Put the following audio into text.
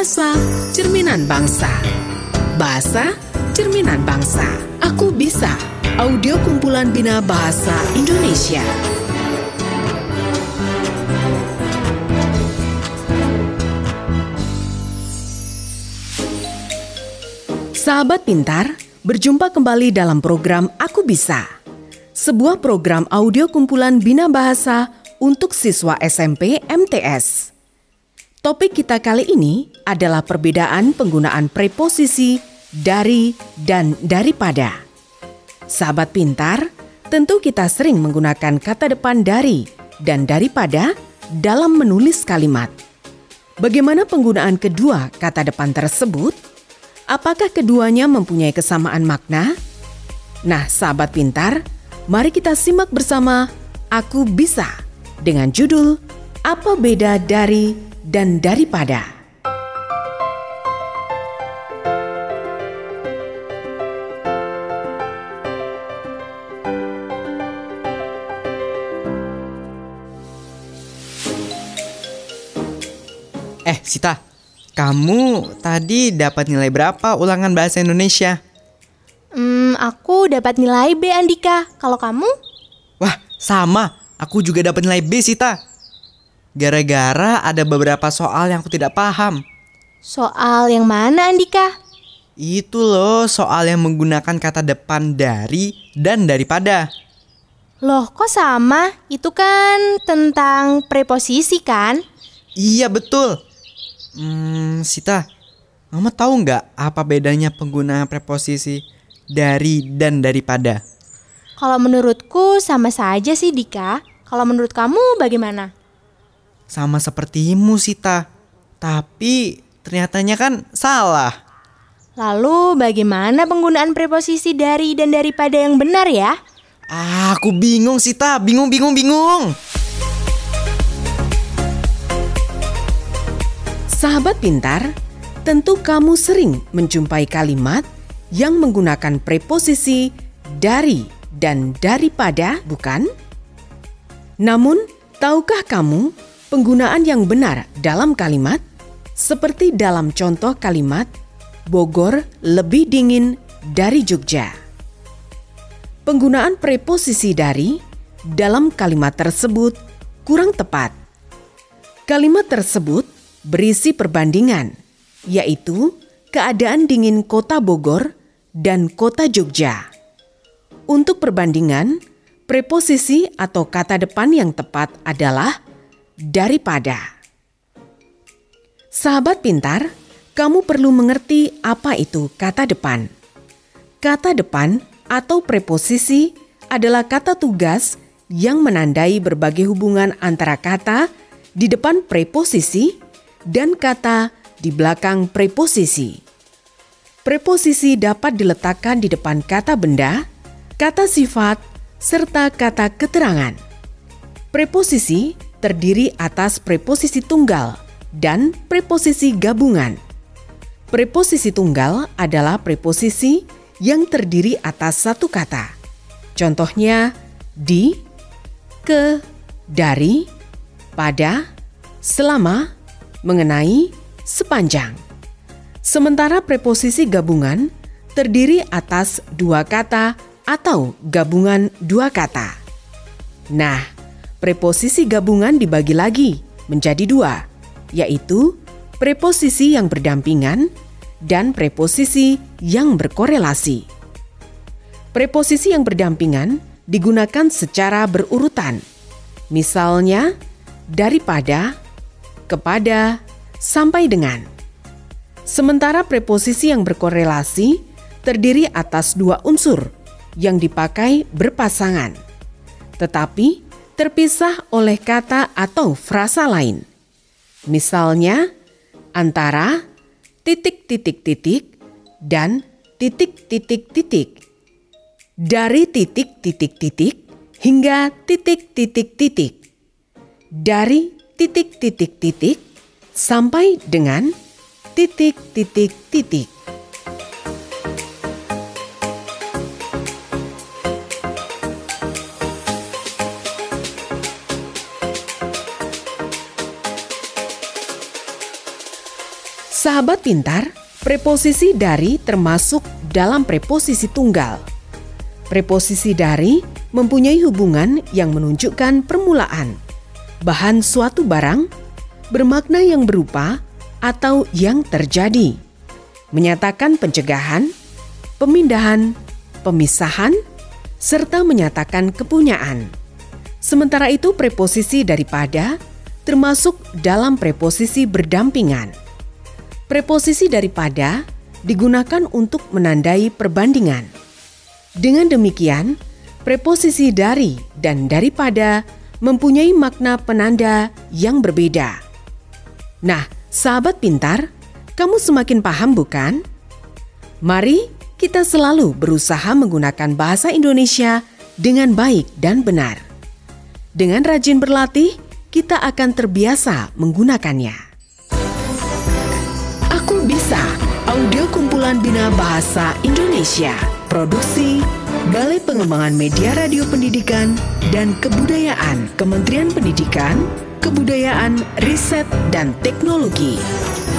Bahasa Cerminan Bangsa. Bahasa Cerminan Bangsa. Aku Bisa. Audio kumpulan Bina Bahasa Indonesia. Sahabat pintar, berjumpa kembali dalam program Aku Bisa. Sebuah program audio kumpulan Bina Bahasa untuk siswa SMP MTS. Topik kita kali ini adalah perbedaan penggunaan preposisi dari dan daripada. Sahabat pintar, tentu kita sering menggunakan kata depan dari dan daripada dalam menulis kalimat. Bagaimana penggunaan kedua kata depan tersebut? Apakah keduanya mempunyai kesamaan makna? Nah, sahabat pintar, mari kita simak bersama Aku Bisa dengan judul Apa Beda Dari dan Daripada. Sita, kamu tadi dapat nilai berapa ulangan bahasa Indonesia? Aku dapat nilai B, Andika. Kalau kamu? Wah, sama. Aku juga dapat nilai B, Sita. Gara-gara ada beberapa soal yang aku tidak paham. Soal yang mana, Andika? Itu loh, soal yang menggunakan kata depan dari dan daripada. Loh, kok sama? Itu kan tentang preposisi, kan? Iya, betul. Sita, Mama tahu nggak apa bedanya penggunaan preposisi dari dan daripada? Kalau menurutku sama saja sih, Dika. Kalau menurut kamu bagaimana? Sama sepertimu, Sita. Tapi ternyatanya kan salah. Lalu bagaimana penggunaan preposisi dari dan daripada yang benar ya? Aku bingung, Sita. Bingung. Sahabat pintar, tentu kamu sering menjumpai kalimat yang menggunakan preposisi dari dan daripada, bukan? Namun, tahukah kamu penggunaan yang benar dalam kalimat? Seperti dalam contoh kalimat, Bogor lebih dingin dari Jogja. Penggunaan preposisi dari dalam kalimat tersebut kurang tepat. Kalimat tersebut berisi perbandingan, yaitu keadaan dingin kota Bogor dan kota Jogja. Untuk perbandingan, preposisi atau kata depan yang tepat adalah daripada. Sahabat pintar, kamu perlu mengerti apa itu kata depan. Kata depan atau preposisi adalah kata tugas yang menandai berbagai hubungan antara kata di depan preposisi dan kata di belakang preposisi. Preposisi dapat diletakkan di depan kata benda, kata sifat, serta kata keterangan. Preposisi terdiri atas preposisi tunggal dan preposisi gabungan. Preposisi tunggal adalah preposisi yang terdiri atas satu kata. Contohnya di, ke, dari, pada, selama, mengenai, sepanjang. Sementara preposisi gabungan terdiri atas dua kata atau gabungan dua kata. Nah, preposisi gabungan dibagi lagi menjadi dua, yaitu preposisi yang berdampingan dan preposisi yang berkorelasi. Preposisi yang berdampingan digunakan secara berurutan. Misalnya, daripada, kepada, sampai dengan. Sementara preposisi yang berkorelasi terdiri atas dua unsur yang dipakai berpasangan, tetapi terpisah oleh kata atau frasa lain. Misalnya, antara titik-titik-titik dan titik-titik-titik. Dari titik-titik-titik hingga titik-titik-titik. Dari titik-titik-titik sampai dengan titik-titik-titik. Sahabat pintar, preposisi dari termasuk dalam preposisi tunggal. Preposisi dari mempunyai hubungan yang menunjukkan permulaan, bahan suatu barang, bermakna yang berupa atau yang terjadi, menyatakan pencegahan, pemindahan, pemisahan, serta menyatakan kepunyaan. Sementara itu preposisi daripada termasuk dalam preposisi berdampingan. Preposisi daripada digunakan untuk menandai perbandingan. Dengan demikian, preposisi dari dan daripada mempunyai makna penanda yang berbeda. Nah, sahabat pintar, kamu semakin paham bukan? Mari kita selalu berusaha menggunakan bahasa Indonesia dengan baik dan benar. Dengan rajin berlatih, kita akan terbiasa menggunakannya. Aku Bisa, audio kumpulan Bina Bahasa Indonesia. Produksi Balai Pengembangan Media Radio Pendidikan dan Kebudayaan, Kementerian Pendidikan, Kebudayaan, Riset, dan Teknologi.